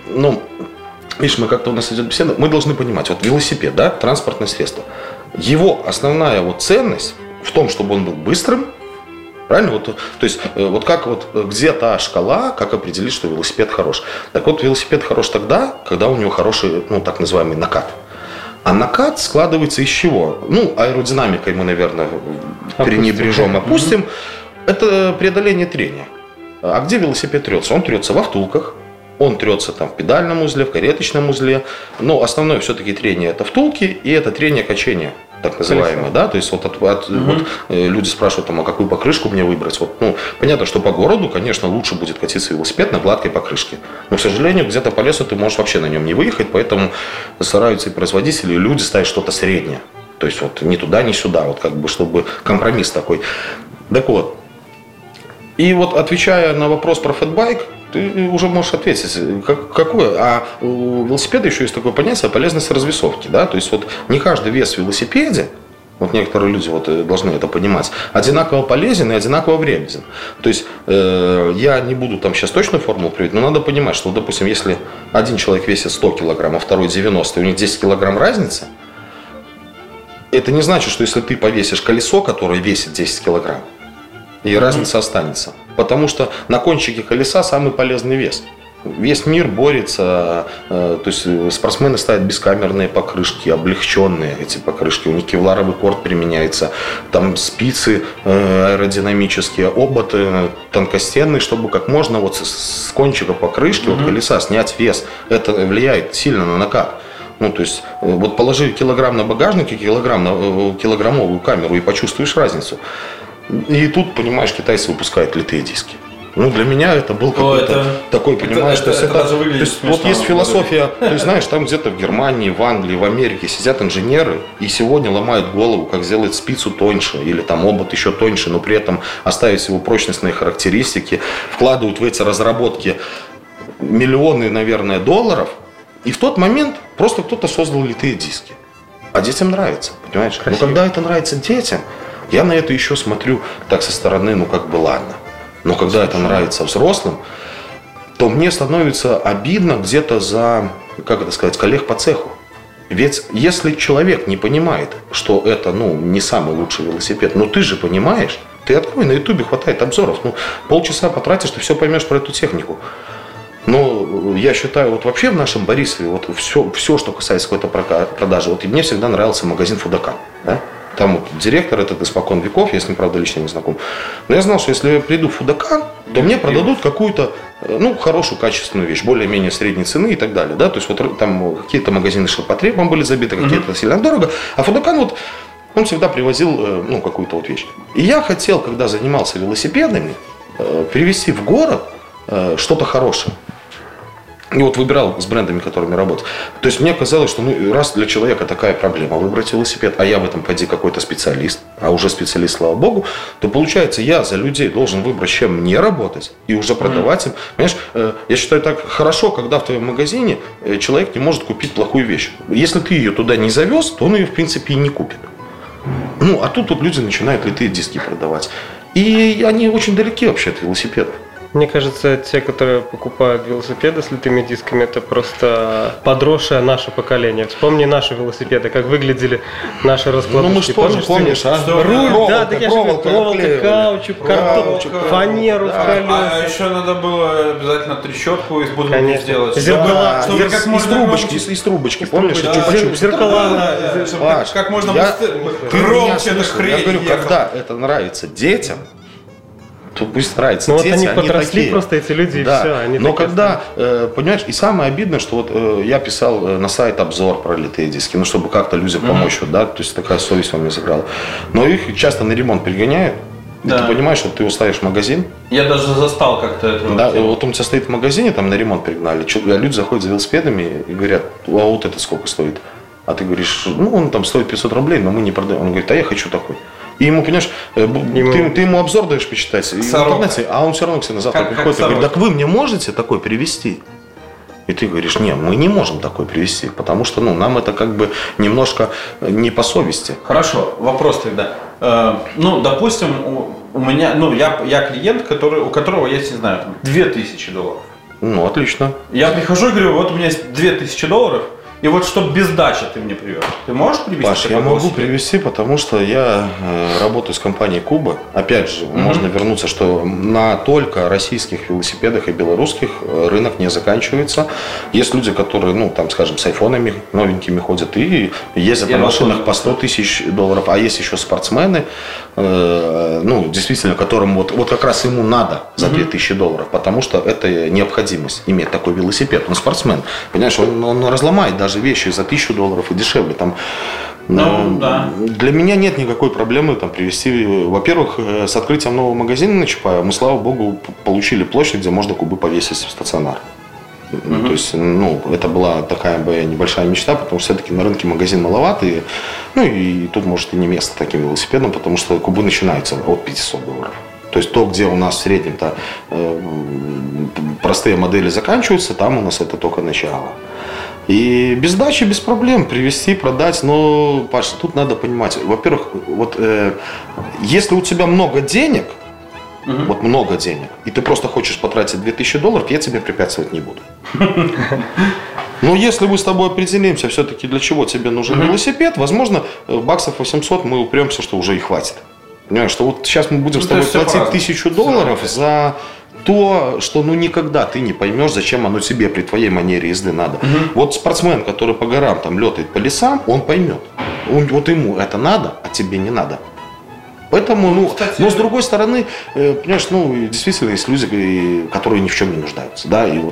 видишь, мы как-то у нас идет беседа, мы должны понимать, вот велосипед, да, транспортное средство, его основная вот ценность в том, чтобы он был быстрым. Правильно? Вот, то есть, вот как вот где та шкала, как определить, что велосипед хорош? Так вот, велосипед хорош тогда, когда у него хороший, так называемый накат. А накат складывается из чего? Аэродинамикой мы, наверное, опустим. Это преодоление трения. А где велосипед трется? Он трется во втулках. Он трется там в педальном узле, в кареточном узле. Но основное все-таки трение это втулки, и это трение качения, так называемое. Да? То есть вот люди спрашивают, а какую покрышку мне выбрать. Понятно, что по городу, конечно, лучше будет катиться велосипед на гладкой покрышке. Но, к сожалению, где-то по лесу ты можешь вообще на нем не выехать, поэтому стараются и производители, и люди ставить что-то среднее. То есть вот ни туда, ни сюда, вот как бы, чтобы компромисс такой. Так вот. И вот отвечая на вопрос про фэтбайк, ты уже можешь ответить, какое. А у велосипеда еще есть такое понятие полезность развесовки. Да? То есть вот не каждый вес в велосипеде, вот некоторые люди должны это понимать, одинаково полезен и одинаково вреден. То есть я не буду там сейчас точную формулу приводить, но надо понимать, что, допустим, если один человек весит 100 килограмм, а второй 90, и у них 10 килограмм разница, это не значит, что если ты повесишь колесо, которое весит 10 килограмм, и разница останется. Потому что на кончике колеса самый полезный вес. Весь мир борется, то есть спортсмены ставят бескамерные покрышки, облегченные эти покрышки, у них кевларовый корд применяется, там спицы аэродинамические, обод тонкостенный, чтобы как можно вот с кончика покрышки, от колеса снять вес. Это влияет сильно на накат. То есть, вот положи килограмм на багажник и килограммовую камеру и почувствуешь разницу. И тут, понимаешь, китайцы выпускают литые диски. Для меня это был какой-то такой, понимаешь, то есть вот есть философия, то есть, знаешь, там где-то в Германии, в Англии, в Америке сидят инженеры и сегодня ломают голову, как сделать спицу тоньше или там обод еще тоньше, но при этом оставить его прочностные характеристики, вкладывают в эти разработки миллионы, наверное, долларов, и в тот момент просто кто-то создал литые диски. А детям нравится, понимаешь? Но когда это нравится детям, я на это еще смотрю так со стороны, ладно. Но когда это нравится взрослым, то мне становится обидно где-то за, коллег по цеху. Ведь если человек не понимает, что это, не самый лучший велосипед, но ты же понимаешь, ты открой, на ютубе хватает обзоров, полчаса потратишь, ты все поймешь про эту технику. Но я считаю, вот вообще в нашем Борисове, вот все, что касается какой-то продажи, вот и мне всегда нравился магазин Фудакан, да? Там директор этот испокон веков, я с ним, правда, лично не знаком. Но я знал, что если я приду в Фудакан, то мне продадут какую-то, хорошую, качественную вещь, более-менее средней цены и так далее. Да? То есть вот там какие-то магазины ширпотребом были забиты, какие-то сильно дорого. А Фудакан он всегда привозил, какую-то вот вещь. И я хотел, когда занимался велосипедами, привезти в город что-то хорошее. И вот выбирал с брендами, которыми работать. То есть мне казалось, что раз для человека такая проблема выбрать велосипед, а я в этом пойди какой-то специалист, а уже специалист, слава богу, то получается я за людей должен выбрать, чем мне работать и уже продавать им. Понимаешь, я считаю так хорошо, когда в твоем магазине человек не может купить плохую вещь. Если ты ее туда не завез, то он ее в принципе и не купит. А тут люди начинают литые диски продавать. И они очень далеки вообще от велосипедов. Мне кажется, те, которые покупают велосипеды с литыми дисками, это просто подросшее наше поколение. Вспомни наши велосипеды, как выглядели наши раскладушки. Мы же тоже помнишь, руль, да, так я же говорю, проволока, каучук, картон, фанеру в колеса. А еще надо было обязательно трещотку из бутылки сделать. Зеркала. Из трубочки, помнишь? Зеркала. Как можно громче эту хрень. Я говорю, когда это нравится детям, то пусть нравится. Дети, они подросли такие. Просто эти люди, да. И все. Они но когда, понимаешь, и самое обидное, что я писал на сайт обзор про литые диски, чтобы как-то людям помочь, да, то есть такая совесть во мне сыграла. Но их часто на ремонт пригоняют. Да. И ты понимаешь, что ты уставишь в магазин. Я даже застал как-то это. Да, и вот он у тебя стоит в магазине, там на ремонт пригнали. Люди заходят за велосипедами и говорят, а вот это сколько стоит? А ты говоришь, он там стоит 500 рублей, но мы не продаем. Он говорит, а я хочу такой. И ему, понимаешь, ты ему обзор даешь почитать в интернете, а он все равно к себе на завтра приходит и говорит, так вы мне можете такой привезти? И ты говоришь, нет, мы не можем такой привезти, потому что нам это как бы немножко не по совести. Хорошо, вопрос тогда. Допустим, у меня, я клиент, у которого есть, не знаю, $2000. Отлично. Я прихожу и говорю, вот у меня есть $2000, и вот чтобы без дачи ты мне привез. Ты можешь привезти? Паш, я могу привезти, потому что я работаю с компанией Куба. Опять же, можно вернуться, что на только российских велосипедах и белорусских рынок не заканчивается. Есть люди, которые, скажем, с айфонами новенькими ходят и ездят на машинах по $100 000, а есть еще спортсмены, действительно, которым вот как раз ему надо за $2000, потому что это необходимость иметь такой велосипед. Он спортсмен, понимаешь, он разломает даже вещи за $1000 и дешевле. Для меня нет никакой проблемы привезти. Во-первых, с открытием нового магазина на Чапаева мы, слава богу, получили площадь, где можно кубы повесить в стационар. То есть, это была такая небольшая мечта, потому что все-таки на рынке магазин маловатый. И тут, может, и не место таким велосипедом, потому что кубы начинаются от $500. То есть, где у нас в среднем-то простые модели заканчиваются, там у нас это только начало. И без дачи, без проблем привезти, продать. Но, Паша, тут надо понимать. Во-первых, если у тебя много денег, много денег, и ты просто хочешь потратить $2000, я тебе препятствовать не буду. Но если мы с тобой определимся, все-таки для чего тебе нужен велосипед, возможно, баксов 800 мы упремся, что уже и хватит. Понимаешь, что вот сейчас мы будем с тобой платить $1000 за то, что никогда ты не поймешь, зачем оно тебе при твоей манере езды надо. Вот спортсмен, который по горам летает по лесам, он поймет. Вот ему это надо, а тебе не надо. Поэтому, но с другой стороны, понимаешь, действительно есть люди, которые ни в чем не нуждаются, да, и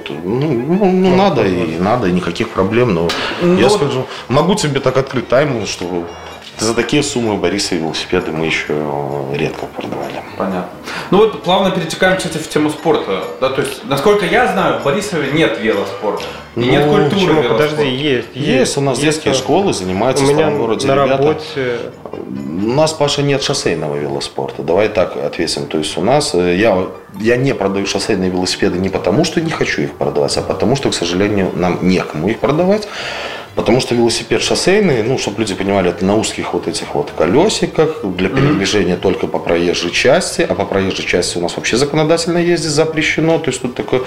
надо, и никаких проблем, но я скажу, могу тебе так открыть тайну, что за такие суммы Бориса велосипеды мы еще редко продавали. Понятно. Плавно перетекаем, кстати, в тему спорта. Да, то есть, насколько я знаю, в Борисове нет велоспорта. И нет культуры велоспорта. Подожди, есть. У нас детские школы занимаются в старом городе на ребята. Работе... У нас, Паша, нет шоссейного велоспорта. Давай так ответим. То есть у нас, я не продаю шоссейные велосипеды не потому, что не хочу их продавать, а потому, что, к сожалению, нам некому их продавать. Потому что велосипед шоссейный, чтобы люди понимали, это на узких этих колесиках, для передвижения только по проезжей части, а по проезжей части у нас вообще законодательно ездить запрещено, то есть тут такое,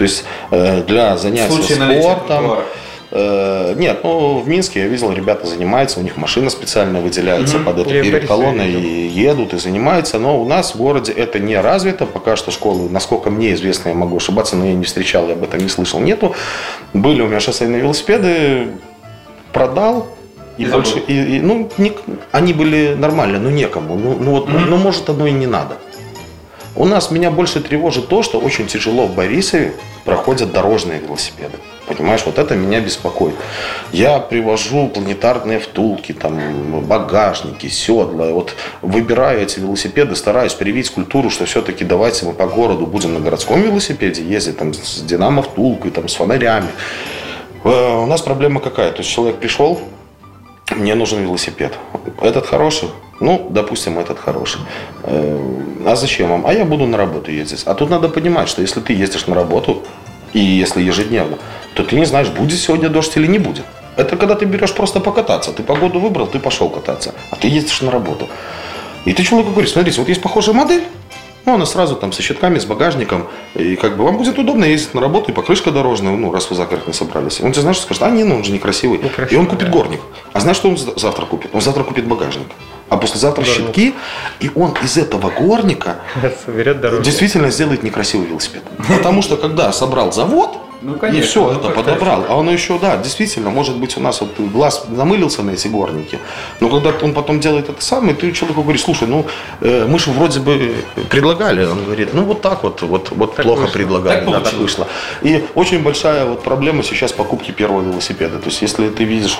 для занятия спортом. Нет, в Минске я видел, ребята занимаются, у них машина специально выделяется под эту перед колонной и едут и занимаются, но у нас в городе это не развито, пока что школы, насколько мне известно, я могу ошибаться, но я не встречал, я об этом не слышал, нету. Были у меня шоссейные велосипеды, продал, и больше, они были нормальные, но некому, может оно и не надо. У нас меня больше тревожит то, что очень тяжело в Борисове проходят дорожные велосипеды. Понимаешь, это меня беспокоит. Я привожу планетарные втулки, багажники, седла. Выбираю эти велосипеды, стараюсь привить культуру, что все-таки давайте мы по городу будем на городском велосипеде ездить с динамо-втулкой, с фонарями. У нас проблема какая? То есть человек пришел, мне нужен велосипед. Этот хороший? Допустим, этот хороший. А зачем вам? А я буду на работу ездить. А тут надо понимать, что если ты ездишь на работу, и если ежедневно, то ты не знаешь, будет сегодня дождь или не будет. Это когда ты берешь просто покататься. Ты погоду выбрал, ты пошел кататься. А ты ездишь на работу. И ты человеку говоришь, смотрите, есть похожая модель. Она сразу со щитками, с багажником. И вам будет удобно ездить на работу, и покрышка дорожная, раз вы за город не собрались. Он тебе, знаешь, скажет, он же некрасивый. И он купит горник. А знаешь, что он завтра купит? Он завтра купит багажник. А послезавтра щитки, и он из этого горника действительно сделает некрасивый велосипед. Потому что когда собрал завод, и все это подобрал. А он еще, действительно, может быть, у нас глаз замылился на эти горники. Но когда он потом делает это самое, ты человеку говоришь, слушай, мы же вроде бы предлагали. Он говорит, так плохо вышло. Предлагали, так вышло. И очень большая проблема сейчас покупки первого велосипеда. То есть, если ты видишь,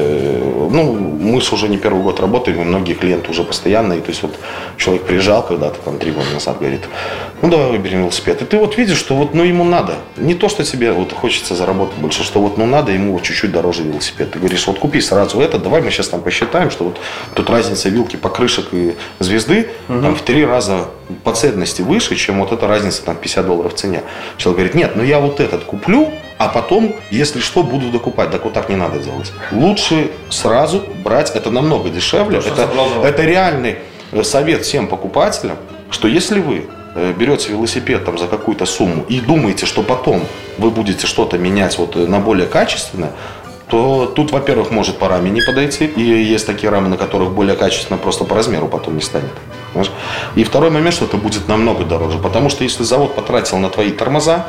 мы же уже не первый год работаем, и многие клиенты уже постоянные. То есть, человек приезжал когда-то 3 года назад, говорит, давай выберем велосипед. И ты видишь, что ему надо. Не то, что тебе тебе вот хочется заработать больше, что вот, ну, надо ему чуть-чуть дороже велосипед. Ты говоришь, вот купи сразу это, давай мы сейчас там посчитаем, что вот тут разница вилки, покрышек и звезды там, в 3 раза по ценности выше, чем вот эта разница там $50 в цене. Человек говорит, нет, ну я вот этот куплю, а потом, если что, буду докупать. Так вот так не надо делать. Лучше сразу брать, это намного дешевле. Это реальный совет всем покупателям, что если вы берете велосипед там, за какую-то сумму и думаете, что потом вы будете что-то менять вот, на более качественное, то тут, во-первых, может по раме не подойти. И есть такие рамы, на которых более качественно просто по размеру потом не станет. Понимаешь? И второй момент, что это будет намного дороже. Потому что если завод потратил на твои тормоза,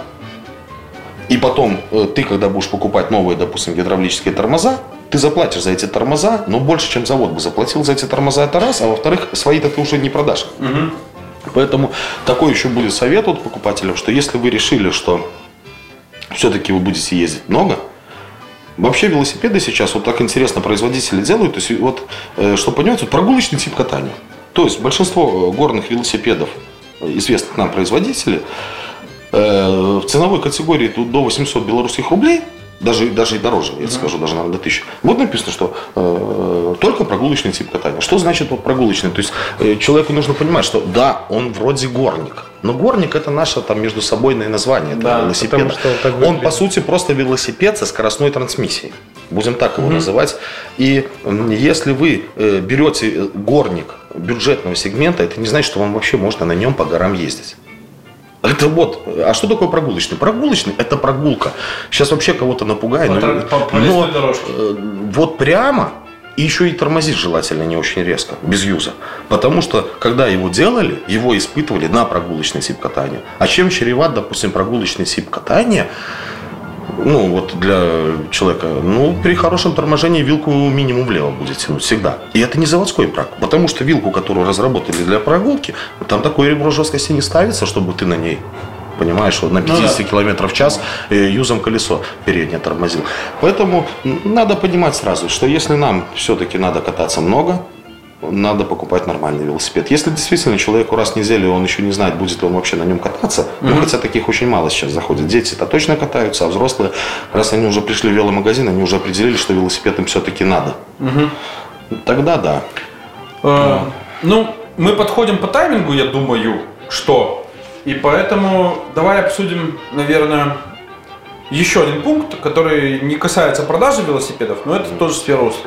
и потом ты, когда будешь покупать новые, допустим, гидравлические тормоза, ты заплатишь за эти тормоза, но больше, чем завод бы заплатил за эти тормоза, это раз. А во-вторых, свои-то ты уже не продашь. Поэтому такой еще будет совет от покупателям, что если вы решили, что все-таки вы будете ездить много, вообще велосипеды сейчас вот так интересно производители делают, то есть вот, чтобы понимать, вот прогулочный тип катания. То есть большинство горных велосипедов, известных нам производителей, в ценовой категории тут до 800 белорусских рублей, даже и дороже, я скажу, даже, наверное, до 1000. Вот написано, что только прогулочный тип катания. Что значит вот прогулочный? То есть человеку нужно понимать, что да, он вроде горник, но горник это наше там междусобойное название велосипеда. Он по сути просто велосипед со скоростной трансмиссией. Будем так его называть. И если вы берете горник бюджетного сегмента, это не значит, что вам вообще можно на нем по горам ездить. Это вот. А что такое прогулочный? Прогулочный – это прогулка. Сейчас вообще кого-то напугает. Но вот прямо, и еще и тормозить желательно не очень резко, без юза. Потому что, когда его делали, его испытывали на прогулочный тип катания. А чем чреват, допустим, прогулочный тип катания, ну, вот для человека, ну, при хорошем торможении вилку минимум влево будет тянуть всегда. И это не заводской брак, потому что вилку, которую разработали для прогулки, там такое ребро жесткости не ставится, чтобы ты на ней, понимаешь, вот на 50 км в час юзом колесо переднее тормозил. Поэтому надо понимать сразу, что если нам все-таки надо кататься много, надо покупать нормальный велосипед. Если действительно человеку раз в неделю он еще не знает, будет ли он вообще на нем кататься, ну, хотя таких очень мало сейчас заходит. Дети-то точно катаются, а взрослые, раз они уже пришли в веломагазин, они уже определили, что велосипед им все-таки надо. Тогда да. Ну, мы подходим по таймингу, я думаю, что. И поэтому давай обсудим, наверное, еще один пункт, который не касается продажи велосипедов, но это тоже сфера услуг.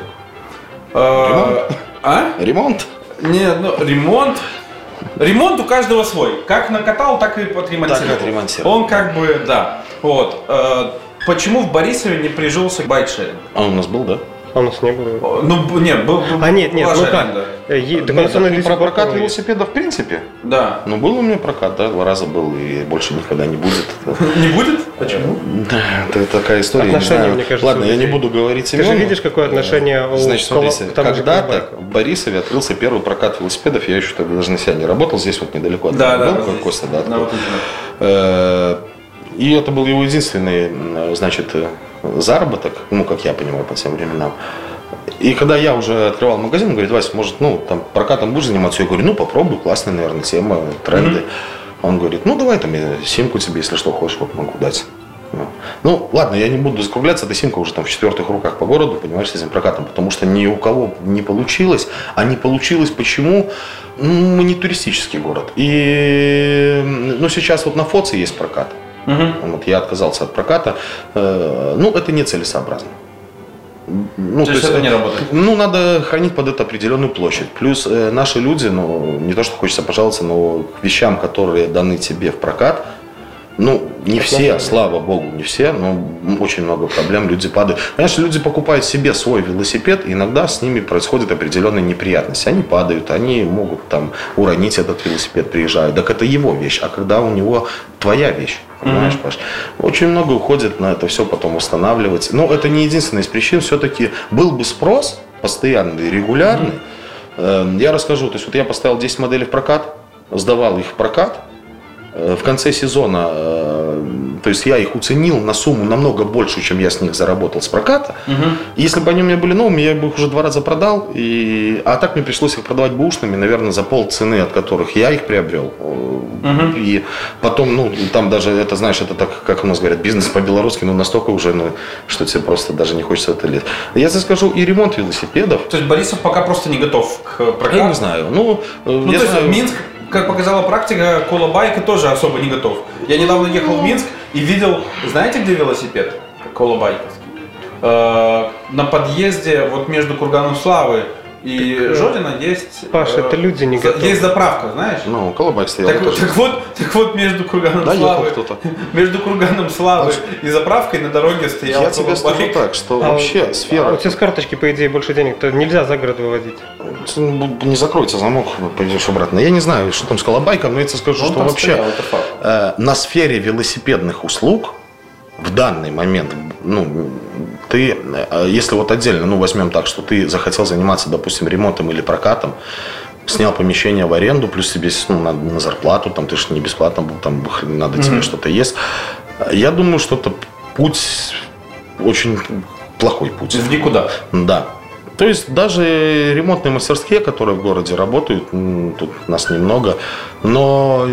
Ремонт? Нет, ну, ремонт. Ремонт у каждого свой. Как накатал, так и отремонтировал. Он как бы, да. Вот. Почему в Борисове не прижился байкшеринг? А у нас был, да? А у нас не было. Ну, нет, был. Нет, ну как? Про прокат велосипеда в принципе? Да. Ну, был у меня прокат, да, 2 раза был, и больше никогда не будет. Не будет? Почему? Да, это такая история. Отношения, мне кажется. Ладно, я не буду говорить имен. Ты же видишь, какое отношение у... Значит, смотрите, когда-то в Борисове открылся первый прокат велосипедов, я еще тогда даже на себя не работал, здесь вот недалеко от был, Костя, да. И это был его единственный, значит, заработок, ну, как я понимаю, по тем временам. И когда я уже открывал магазин, он говорит, Вася, может, ну, там, прокатом будешь заниматься? Я говорю, ну, попробуй, классная, наверное, тема, тренды. Он говорит, ну, давай там я симку тебе, если что хочешь, вот могу дать. Ну, ладно, я не буду закругляться, эта симка уже там в 4-х руках по городу, понимаешь, с этим прокатом, потому что ни у кого не получилось. А не получилось почему? Мы не туристический город. И, ну, сейчас вот на ФОЦе есть прокат. Вот я отказался от проката. Ну, это нецелесообразно. Ну, то есть это не работает? Ну, надо хранить под это определенную площадь. Плюс наши люди, ну, не то, что хочется пожаловаться, но к вещам, которые даны тебе в прокат, ну, не все, слава богу, не все, но очень много проблем, люди падают. Конечно, люди покупают себе свой велосипед, и иногда с ними происходят определенные неприятности. Они падают, они могут там уронить этот велосипед, приезжают. Так это его вещь, а когда у него твоя вещь, понимаешь, Паш? Очень много уходит на это все потом устанавливать. Но это не единственная из причин, все-таки был бы спрос постоянный, регулярный. Я расскажу, то есть вот я поставил 10 моделей в прокат, сдавал их в прокат. В конце сезона то есть я их уценил на сумму намного больше, чем я с них заработал с проката. И если бы они у меня были новыми, я бы их уже 2 раза продал. А так мне пришлось их продавать бэушными, наверное, за полцены, от которых я их приобрел. И потом, ну, там даже, это, знаешь, это так, как у нас говорят, бизнес по-белорусски, ну, настолько уже, ну, что тебе просто даже не хочется это лезть. Я тебе скажу, и ремонт велосипедов. То есть Борисов пока просто не готов к прокату? Я не знаю. Ну, то есть знаю. Минск, как показала практика, Колобайка тоже особо не готов. Я недавно ехал в Минск и видел, знаете, где велосипед Колобайковский? На подъезде вот между Курганом Славы и Жодина есть... Паша, это люди не готовы. Есть заправка, знаешь? Ну, Колобайк стоял. Так вот между Курганом Славы, между Курганом Славы и заправкой на дороге стоял Я тебе скажу так, что вообще сфера... у тебя с карточки, по идее, больше денег, то нельзя за город выводить. Не закроется замок, пойдешь обратно. Я не знаю, что там с Колобайком, но я тебе скажу, что вообще на сфере велосипедных услуг в данный момент, ну, ты, если вот отдельно, ну, возьмем так, что ты захотел заниматься, допустим, ремонтом или прокатом, снял помещение в аренду, плюс тебе, ну, на зарплату, там, ты же не бесплатно был, там, надо тебе что-то есть. Я думаю, что это путь, очень плохой путь. В никуда. Да. То есть даже ремонтные мастерские, которые в городе работают, тут нас немного, но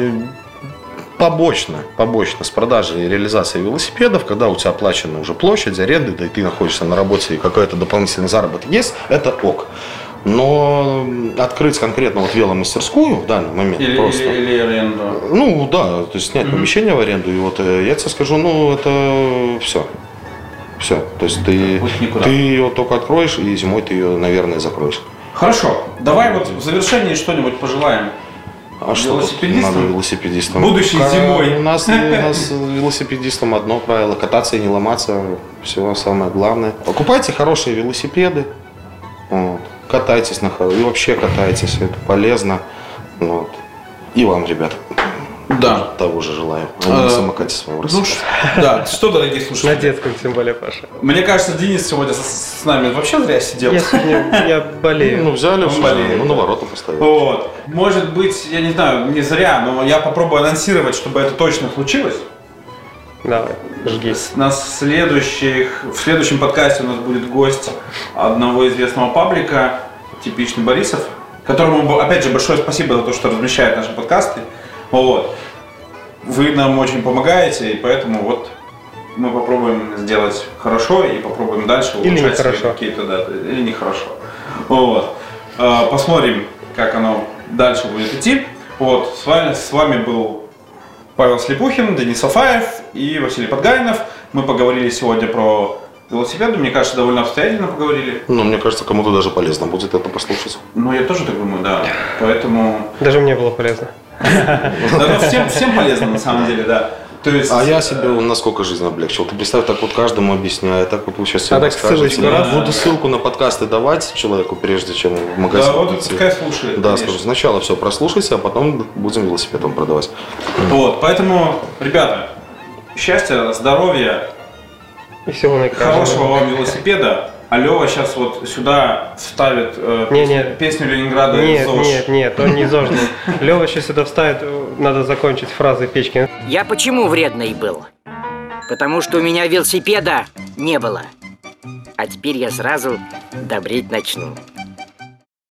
побочно с продажей и реализацией велосипедов, когда у тебя оплачена уже площадь, аренды, да и ты находишься на работе и какой-то дополнительный заработок есть, это ок. Но открыть конкретно вот веломастерскую в данный момент или аренду. Ну да, то есть снять помещение в аренду, и вот я тебе скажу, ну это все. Все. То есть ты ее только откроешь, и зимой ты ее, наверное, закроешь. Хорошо. Давай вот в завершении что-нибудь пожелаем. А что надо велосипедистам? Будущей зимой. У нас велосипедистам одно правило: кататься и не ломаться. Все самое главное. Покупайте хорошие велосипеды. Вот. Катайтесь на ходу. И вообще катайтесь. Это полезно. Вот. И вам, ребята. Да. Того же желаю. На самокате своего Да, что, дорогие слушатели? На детском, тем более, Паша. Мне кажется, Денис сегодня с нами вообще зря сидел. Я болею. Ну, взяли, ну, на ворота поставили. Вот. Может быть, я не знаю, не зря, но я попробую анонсировать, чтобы это точно случилось. Давай, жги. В следующем подкасте у нас будет гость одного известного паблика, типичный Борисов, которому, опять же, большое спасибо за то, что размещает наши подкасты. Вот. Вы нам очень помогаете, и поэтому вот мы попробуем сделать хорошо и попробуем дальше улучшать свои какие-то даты. Или нехорошо. Вот. Посмотрим, как оно дальше будет идти. Вот. С вами был Павел Слепухин, Денис Афаев и Василий Подгайнов. Мы поговорили сегодня про велосипеды. Мне кажется, довольно обстоятельно поговорили. Ну, мне кажется, кому-то даже полезно будет это послушать. Ну, я тоже так думаю, да. Поэтому... Даже мне было полезно. Да, всем полезно, на самом деле, да. То есть, а я себе насколько жизнь облегчил. Ты представь, так вот каждому объясняю, так вот сейчас всем расскажете. Буду ссылку на подкасты давать человеку, прежде чем в магазин. Да, вот пускай слушает. Да, скажу, сначала все прослушайте, а потом будем велосипедом продавать. Вот, поэтому, ребята, счастья, здоровья, и всего наикрасивого. Хорошего вам велосипеда. А Лёва сейчас вот сюда вставит песню Ленинграда. Нет, он не зожный. Лёва сейчас сюда вставит, надо закончить фразой Печкина. Я почему вредный был? Потому что у меня велосипеда не было. А теперь я сразу добреть начну.